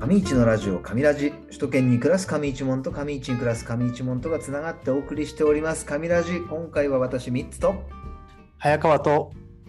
上市のラジオ、上ラジ。首都圏に暮らす上市門と上市に暮らす上市門とがつながってお送りしております。上ラジ。今回は私3つと早川と。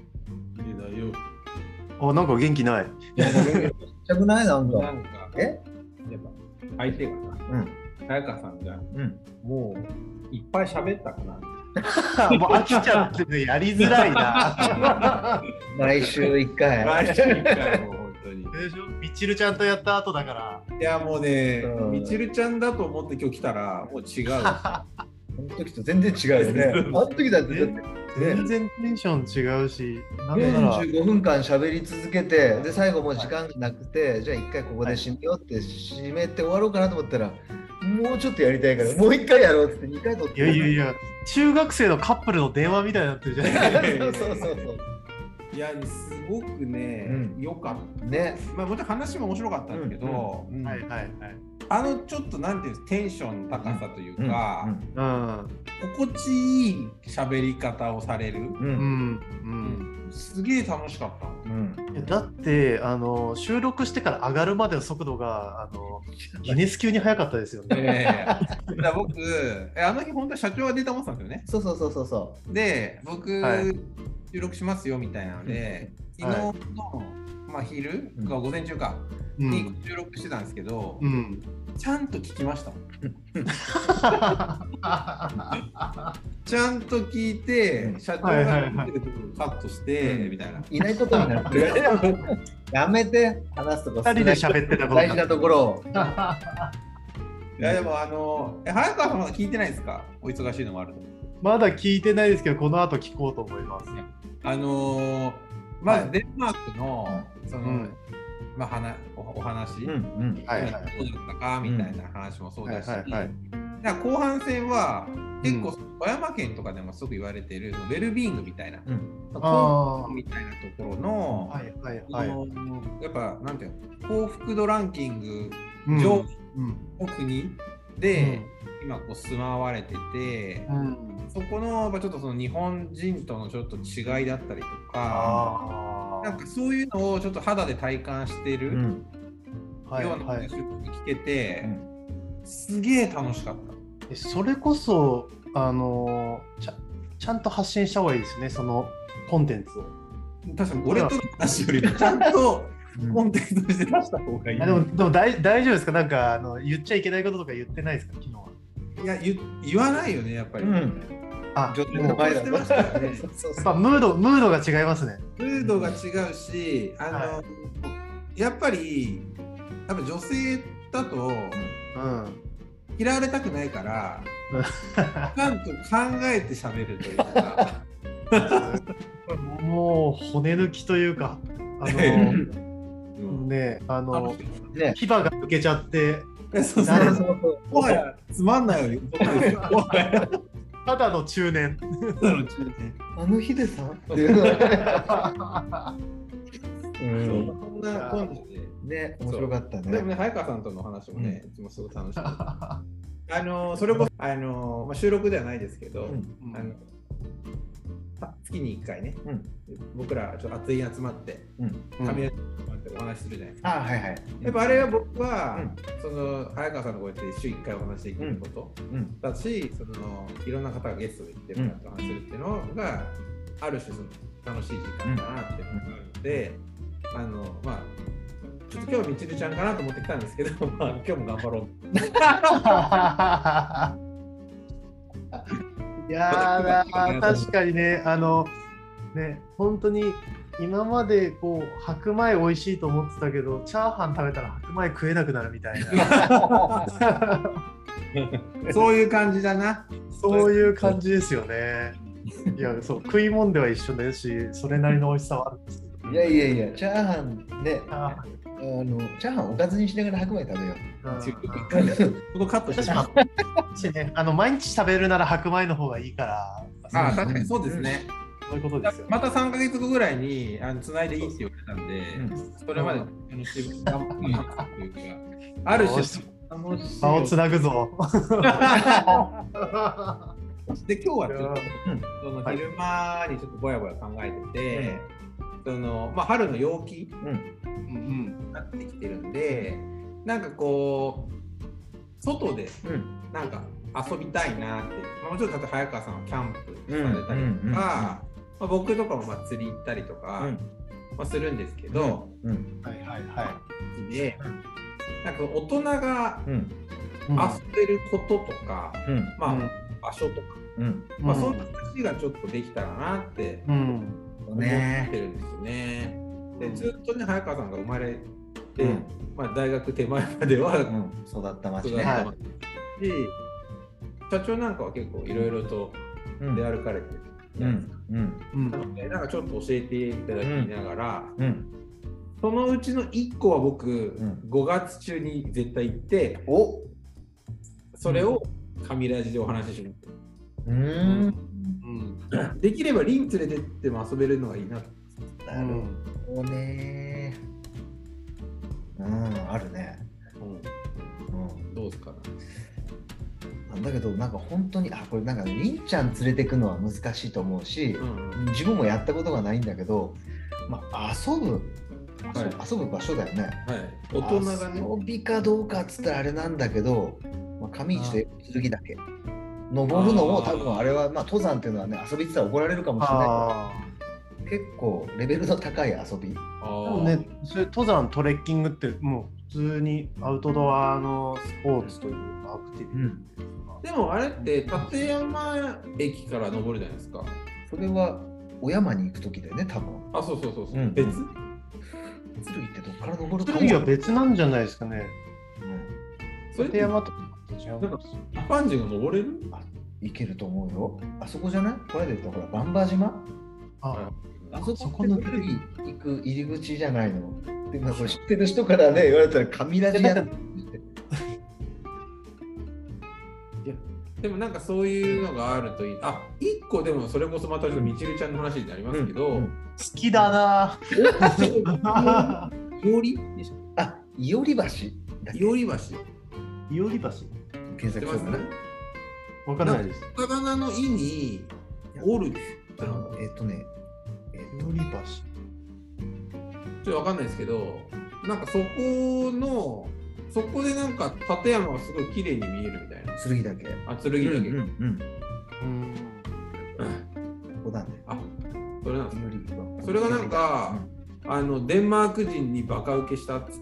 なんか元気ない。 ちっちゃくないなんか。 やっぱ相手がさ、早川さんが、もういっぱい喋ったかな。 もう飽きちゃっててやりづらいな。 毎週1回。 毎週1回もう本当に。 みちるちゃんとやった後だから。 いやもうね、みちるちゃんだと思って今日来たらもう違う。 あの時と全然違うよね。あの時だって全然テンション違うし、なんなら 45分間喋り続けて、で最後もう時間がなくて、じゃあ1回ここで締めようって締めて終わろうかなと思ったら、もうちょっとやりたいから、もう1回やろうって2回撮って。 いや、中学生のカップルの電話みたいになってるじゃないそう。 いやすごくね、良かったね。 まあもちろん話も面白かったんだけど、 はいちょっとなんていうんですか、テンションの高さというか、心地いい喋り方をされる。すげえ楽しかった。 だって収録してから上がるまでの速度がギネス級に速かったですよね。 だ僕あの日本当に社長が出た思ってたんですよね。 そうで僕、収録しますよみたいなので、昨日の、昼か午前中かに収録してたんですけど、ちゃんと聞きましたもん。ちゃんと聞いて、社長が見てるところカットしてみたいな。 いないことになってる。やめて話すとこ。 2人で喋ってた大事なところを。 いやでも早川さんまだ聞いてないですか？お忙しいのもあると。 まだ聞いてないですけど、この後聞こうと思います。 まずデンマークのそのお話、どうだったかみたいな話もそうだし、後半戦は結構富山県とかでもすごく言われているウェルビーイングみたいな、みたいなところの、やっぱなんていうの、幸福度ランキング上位の国で今こう住まわれてて、そこのちょっとその日本人とのちょっと違いだったりとか、なんかそういうのをちょっと肌で体感しているような話を聞けて、すげえ楽しかった。 それこそちゃんと発信した方がいいですね、そのコンテンツを。 確かに俺との話よりちゃんとコンテンツとして出した方がいい。 でも大丈夫ですか？なんか言っちゃいけないこととか言ってないですか？昨日は。 いや言わないよね、やっぱり。 女性の前だね。 ムードが違いますね。 ムードが違うし、やっぱ女性だと、嫌われたくないからちゃんと考えて喋るというかもう骨抜きというか牙が抜けちゃって、 もはやつまんないよ。 ただの中年。 あの日でさそんな感じで面白かったね。 でもね、早川さんとの話もね、いつもすごく楽しかった。それこそ収録ではないですけど、月に1回ね、僕らちょっと熱い集まって神谷お話しするじゃないですか。やっぱあれは僕はその早川さんのこうやって週1回お話できることだし、そのいろんな方がゲストで来てもらってお話するっていうのがある種その楽しい時間だなっていうのがあるので、ちょっと今日はみちるちゃんかなと思ってきたんですけど、今日も頑張ろう。 いや確かにね、本当に今までこう白米美味しいと思ってたけど、チャーハン食べたら白米食えなくなるみたいな。 そういう感じだな。 そういう感じですよね。いや、そう、食い物では一緒ですし、それなりの美味しさはあるんですけど。 いや、チャーハンね、チャーハンおかずにしながら白米食べよう。 ここカットしてます。 毎日食べるなら白米の方がいいから。 確かにそうですね。 そういうことですよ。 また3ヶ月後ぐらいにつないでいいって言われたんで、それまで頑張っていうか、ある種場をつなぐぞ。 で今日はちょっとその昼間にちょっとぼやぼや考えてて、その春の陽気になってきてるんで、 なんかこう外でなんか遊びたいなって、もちろん例えば早川さんはキャンプされたりとか、僕とかも釣り行ったりとか、するんですけど、でなんか大人が遊べることとか、場所とか、そんな話がちょっとできたらなって思ってるんですよね。でずっとね早川さんが生まれて、大学手前までは育った町ね。 で社長なんかは結構いろいろと出歩かれてるなので、なんかちょっと教えていただきながら、そのうちの1個は僕、5月中に絶対行って、それを神ラジでお話しします。できればリン連れてっても遊べるのがいいな。 なるほどね。あるね。 どうですか。 だけどなんか本当にこれなんかりんちゃん連れてくのは難しいと思うし、自分もやったことがないんだけど、遊ぶ場所だよね。 大人がね。 遊びかどうかっつったらあれなんだけど、上市と剣岳登るのも多分あれは登山っていうのはね、遊びって言ったら怒られるかもしれないけど、結構レベルの高い遊び。 それ登山トレッキングってもう普通にアウトドアのスポーツというアクティビティ。 でもあれって立山駅から登るじゃないですか。 それはお山に行くときだよね、多分。 そう。別？ 剣ってどっから登るか。 剣は別なんじゃないですかね。立山と違う。 一般人が登れる？ 行けると思うよ。あそこじゃない？これで言ったらバンバー島？あそこの行く入り口じゃないの。でもこれ知ってる人からね言われたら神ラジやって。 でもなんかそういうのがあるといい。一個でもそれこそまたみちるちゃんの話になりますけど、 好きだな。 いおり？ いおり橋。 いおり橋。 いおり橋。 検索してますね。 わからないです。 魚の「い」におる。 いおり橋。 ちょっとわかんないですけど、なんかそこでなんか立山がすごい綺麗に見えるみたいな。 剣岳。 剣岳。 ここだね。 それなんです。それがなんかデンマーク人にバカ受けしたっつって。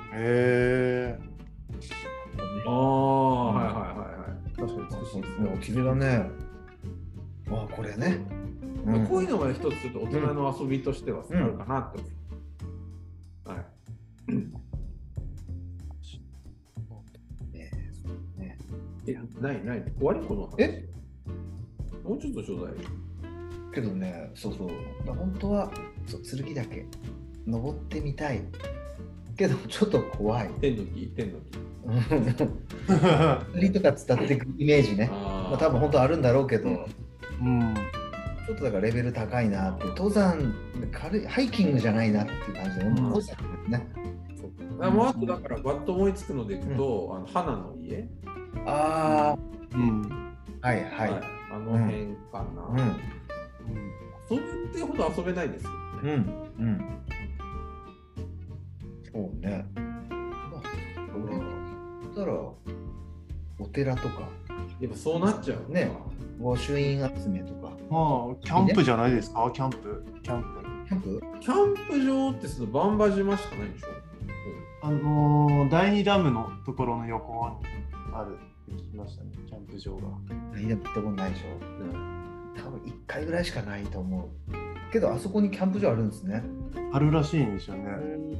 確かに美しいですね。 綺麗だね。これね。 こういうのが一つちょっと大人の遊びとしてはあるかなって思う。ない終わりこの話。もうちょっとちょうだい。 けどね、本当は剣岳登ってみたいけどちょっと怖い。 天の木釣りとか伝っていくイメージね。多分本当あるんだろうけど、ちょっとだからレベル高いなって。登山ハイキングじゃないなっていう感じで登山ね。 あとだからバッと思いつくのでいくと、花の家。 あの辺かな。遊ぶってほど遊べないですよね。 そうね。そしたらお寺とか。 やっぱそうなっちゃうね。御朱印集めとか。 キャンプじゃないですか？キャンプ場ってバンバ島しかないでしょ。 第2ダムのところの横にあるって聞きましたね、キャンプ場が。 第2ダムってことないでしょ。多分1回ぐらいしかないと思う。けどあそこにキャンプ場あるんですね。 あるらしいんですよね。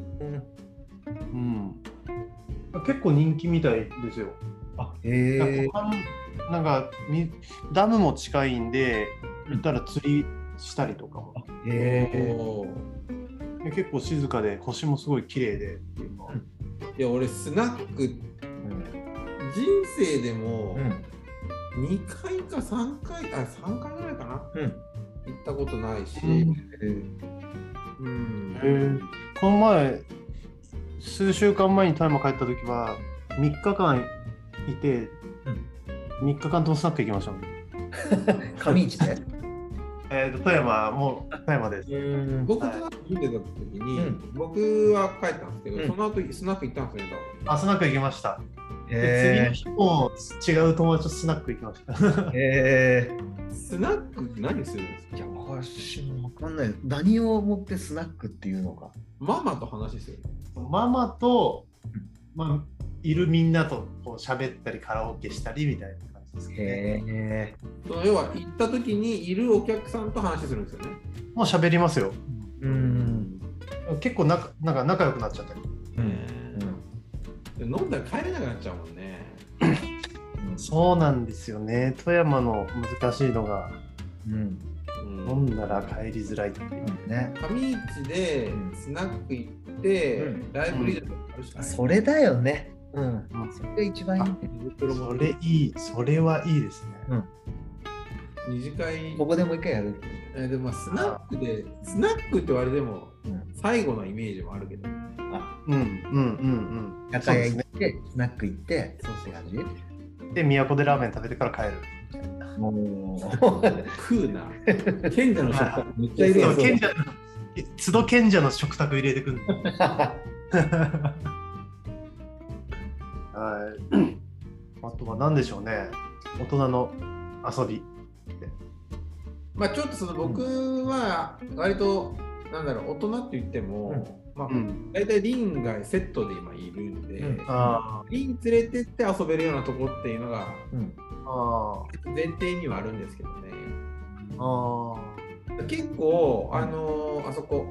結構人気みたいですよ。なんかダムも近いんで、言ったら釣りしたりとかも。結構静かで星もすごい綺麗でっていうのは。 いや俺スナック、人生でも2回か3回3回ぐらいかな、行ったことないし、 この前数週間前に富山帰った時は3日間いて、3日間ともスナック行きましたもん。 上市で富山です。 僕と住んでた時に、僕は帰ったんですけど、その後スナック行ったんですよね。 スナック行きました。次の日も違う友達とスナック行きました。 スナック何するんですか？ いや、私も分かんない。何をもってスナックっていうのか。 ママと話する。 ママと、いるみんなとこう喋ったりカラオケしたりみたいな感じですね。 要は行った時にいるお客さんと話するんですよね。 もう喋りますよ。結構仲良くなっちゃったり。 飲んだら帰れなくなっちゃうもんね。 そうなんですよね。富山の難しいのが、飲んだら帰りづらいっていうね。 上市でスナック行って、ライブリーダーとかあるしかない。 それだよね。それが一番いい。 それはいいですね。 二次会。 ここでもう一回やる。 でもスナックって言われても、最後のイメージもあるけど。 中屋行って、スナック行って、そういう感じで、都でラーメン食べてから帰る。 食うな。賢者の食卓めっちゃ入れる。 都度賢者の食卓入れてくる。あとは何でしょうね。大人の遊び。 ちょっと僕は割と大人って言っても、大体リンがセットで今いるんで、リン連れてって遊べるようなとこっていうのが前提にはあるんですけどね。結構あそこ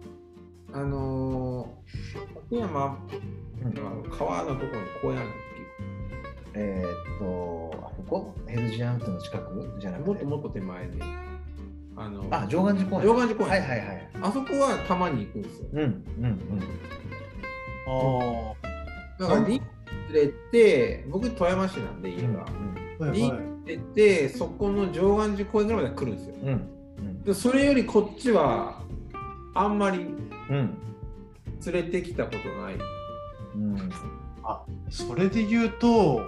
福山川のところに公園あるんですけど、ここヘルジアントの近くじゃなくてもっと手前に常願寺公園。 あそこはたまに行くんですよ。だからリン連れて、僕富山市なんで家が、リン連れてそこの常願寺公園ぐらいまで来るんですよ。でそれよりこっちはあんまり連れてきたことない。 それで言うと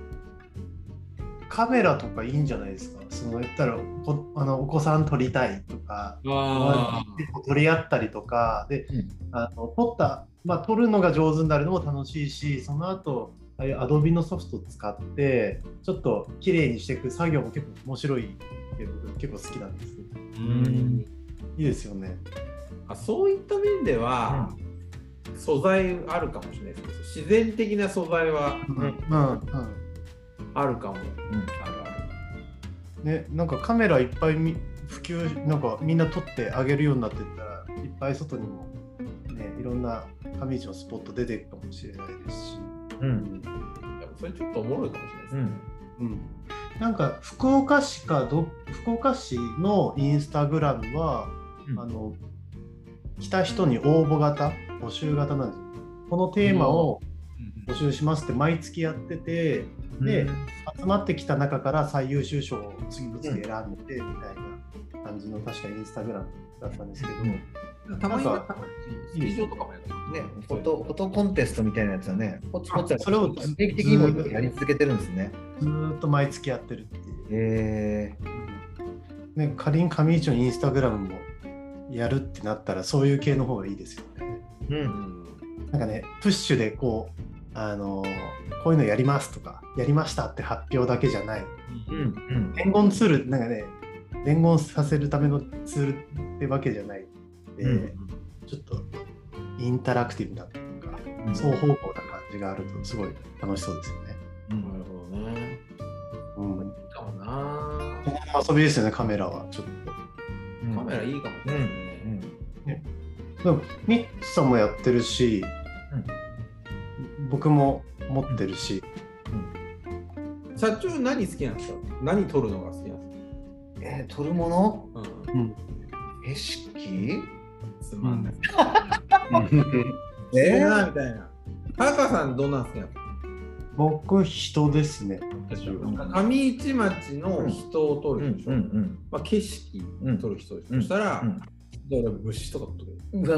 カメラとかいいんじゃないですか。言ったらお子さん撮りたいとか撮り合ったりとかで、撮るのが上手になるのも楽しいし、その後ああいうアドビのソフトを使ってちょっと綺麗にしていく作業も結構面白いけど結構好きなんですけど、いいですよね。 そういった面では、素材あるかもしれないです。自然的な素材はあるかも。 なんかカメラいっぱい普及みんな撮ってあげるようになってったらいっぱい外にもいろんな上市のスポット出てくかもしれないですし、 それちょっとおもろいかもしれないですね。 なんか福岡市のインスタグラムは、来た人に応募型募集型なんですよ。このテーマを募集しますって毎月やってて、で集まってきた中から最優秀賞を次々選んでみたいな感じの確かインスタグラムだったんですけど、 たまにスキー場とかもやってますね。 フォトコンテストみたいなやつはね、それを定期的にもやり続けてるんですね。 ずっと毎月やってるっていう。仮に上市のインスタグラムもやるってなったらそういう系の方がいいですよね。なんかね、プッシュでこういうのやりますとかやりましたって発表だけじゃない、伝言ツールなんかね、伝言させるためのツールってわけじゃないで、ちょっとインタラクティブなというか、双方向な感じがあるとすごい楽しそうですよね。 なるほどね。いいかもな。 遊びですよね、カメラはちょっと。 カメラいいかもしれないですね。 でもミッツさんもやってるし、僕も持ってるし。 社長何好きなんですか？何撮るのが好きなんですか？ 撮るもの？景色？ つまんない。みたいな。タカさんどんなん好きなんですか？ 僕人ですね。 上市町の人を撮るでしょ。景色撮る人です。そしたら虫とか撮る。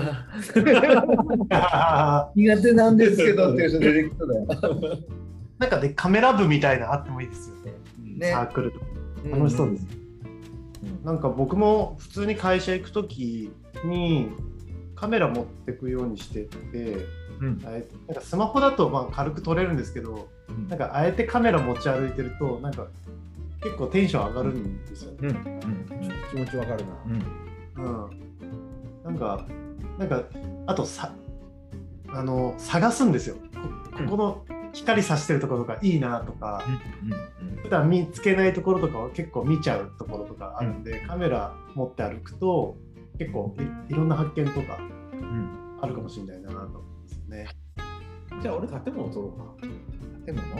苦手なんですけどっていう人出てきそうだよ。 なんかね、カメラ部みたいなのあってもいいですよね。サークルとか楽しそうです。 なんか僕も普通に会社行くときにカメラ持ってくようにしてて、なんかスマホだとまあ軽く撮れるんですけど、なんかあえてカメラ持ち歩いてるとなんか結構テンション上がるんですよね。 気持ちわかるな。 なんかあと探すんですよ。ここの光さしてるところがいいなとか、普段見つけないところとかを結構見ちゃうところとかあるんで、カメラ持って歩くと結構いろんな発見とかあるかもしれないなと思うんですよね。 じゃあ俺建物撮ろうか。 建物？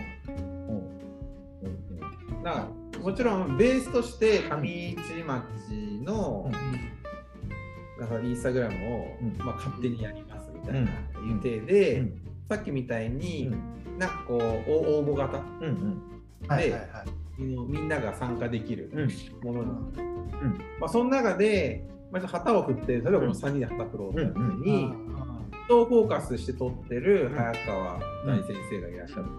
なんかもちろんベースとして上市町のなんかインスタグラムをまあ勝手にやりますみたいないう体で、さっきみたいになんかこう応募型でみんなが参加できるものなんで、まあその中でまず旗を振って、例えばこの3人で旗振ろうって時に人をフォーカスして撮ってる早川大先生がいらっしゃって、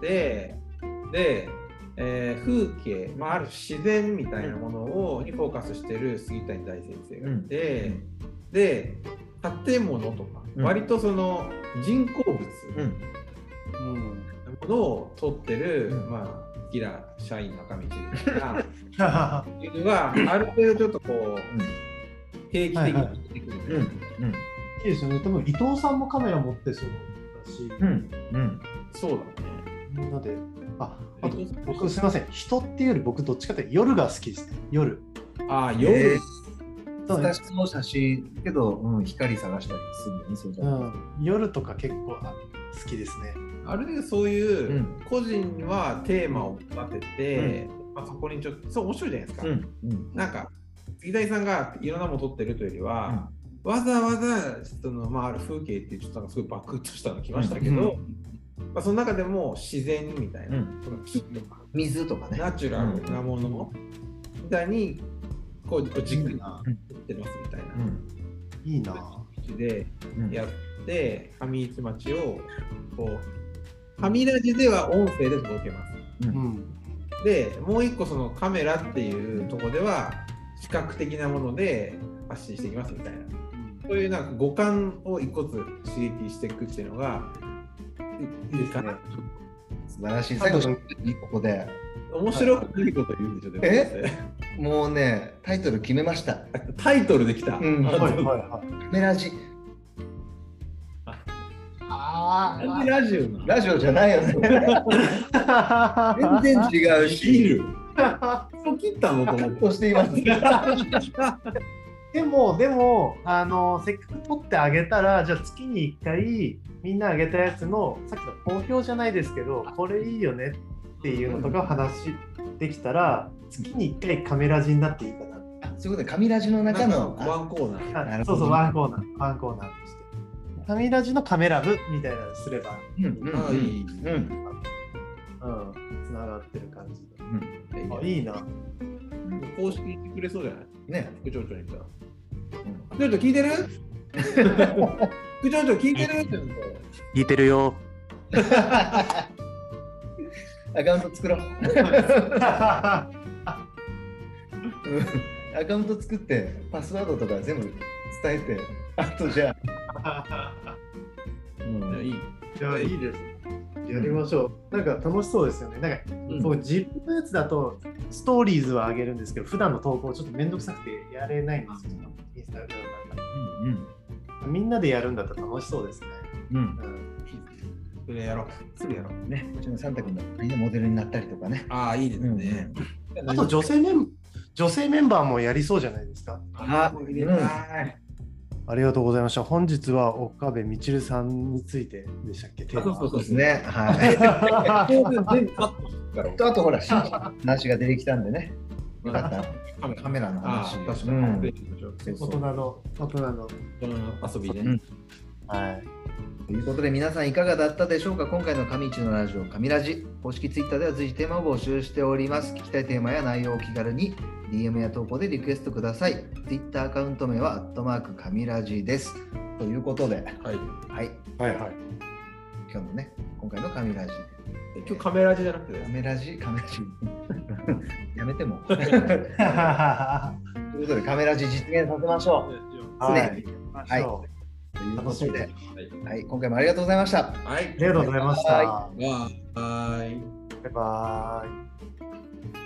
で風景、まあ、ある自然みたいなものにフォーカスしてる杉谷大先生がいて、で建物とか、割とその人工物のものを撮ってる、まあ好きな社員中道みたいないうのがある程度ちょっとこう定期的に出てくる。 いいですよね。多分伊藤さんもカメラ持ってそうだし、 そうだね。 みんなで。あと僕すみません、人っていうより僕どっちかって夜が好きですね。夜。 夜。 私の写真けど、光探したりするよね。 夜とか結構好きですね。 ある程度そういう個人はテーマを立てて、まあ、そこにちょっと面白いじゃないですか。なんか杉谷さんがいろんなもの撮ってるというよりは、わざわざその、まあ、ある風景っていうちょっとなんかすごいバクッとしたの来ましたけど、まあ、その中でも自然みたいな、木とか水とかね、 ナチュラルなものみたいにこう軸になってますみたいな、 いいなでやって上市町をこう上ラジでは音声で届けます。でもう一個そのカメラっていうところでは視覚的なもので発信していきますみたいな、そういうなんか五感を一個ずつ刺激していくっていうのがいいかな。 素晴らしい。最後にここで面白くないこと言うんでしょ。 もうね、タイトル決めました。 タイトルできた。カメラジ。 ラジオラジオじゃないよね。全然違うし。 そう切ったのと思って。 としています。 でもせっかく撮ってあげたら、じゃあ月に1回みんなあげたやつのさっきの好評じゃないですけど、これいいよねっていうのとか話できたら、月に1回カメラジになっていいかな。 そういうことで、カメラジの中のワンコーナー。 そうそう、ワンコーナーとして。カメラジのカメラ部みたいなのすればいい。つながってる感じで。いいな。 公式言ってくれそうじゃないね、 副長長に言ったら。副長長聞いてる？副長長聞いてる？ 聞いてるよ。 アカウント作ろう。アカウント作ってパスワードとか全部伝えて、あとじゃあ。 いい。 じゃあいいです。やりましょう。なんか楽しそうですよね。なんか、僕自分のやつだとストーリーズは上げるんですけど、普段の投稿ちょっとめんどくさくてやれないんですよ。インスタグラムなんか。みんなでやるんだったら楽しそうですね。 それやろう。すぐやろう。 ね、うちのサンタ君のみんなモデルになったりとかね。 いいですね。 あと女性メンバーもやりそうじゃないですか。ありがとうございました。本日は岡部みちるさんについてでしたっけ？ そうですね。はい。あとほら、話が出てきたんでね。よかった。カメラの話。 大人の遊びね。 はい。 ということで皆さんいかがだったでしょうか。今回の上市のラジオ神ラジ公式ツイッターでは随時テーマを募集しております。聞きたいテーマや内容を気軽に DM や投稿でリクエストください。ツイッターアカウント名は神ラジです。ということで、今日のね、今回の神ラジ。 今日カメラジじゃなくてカメラジやめても。 ということでカメラジ実現させましょう。 はい。 はい。ということで、はい、今回もありがとうございました。 はい。 ありがとうございました。 バイバイ。 バイバイ。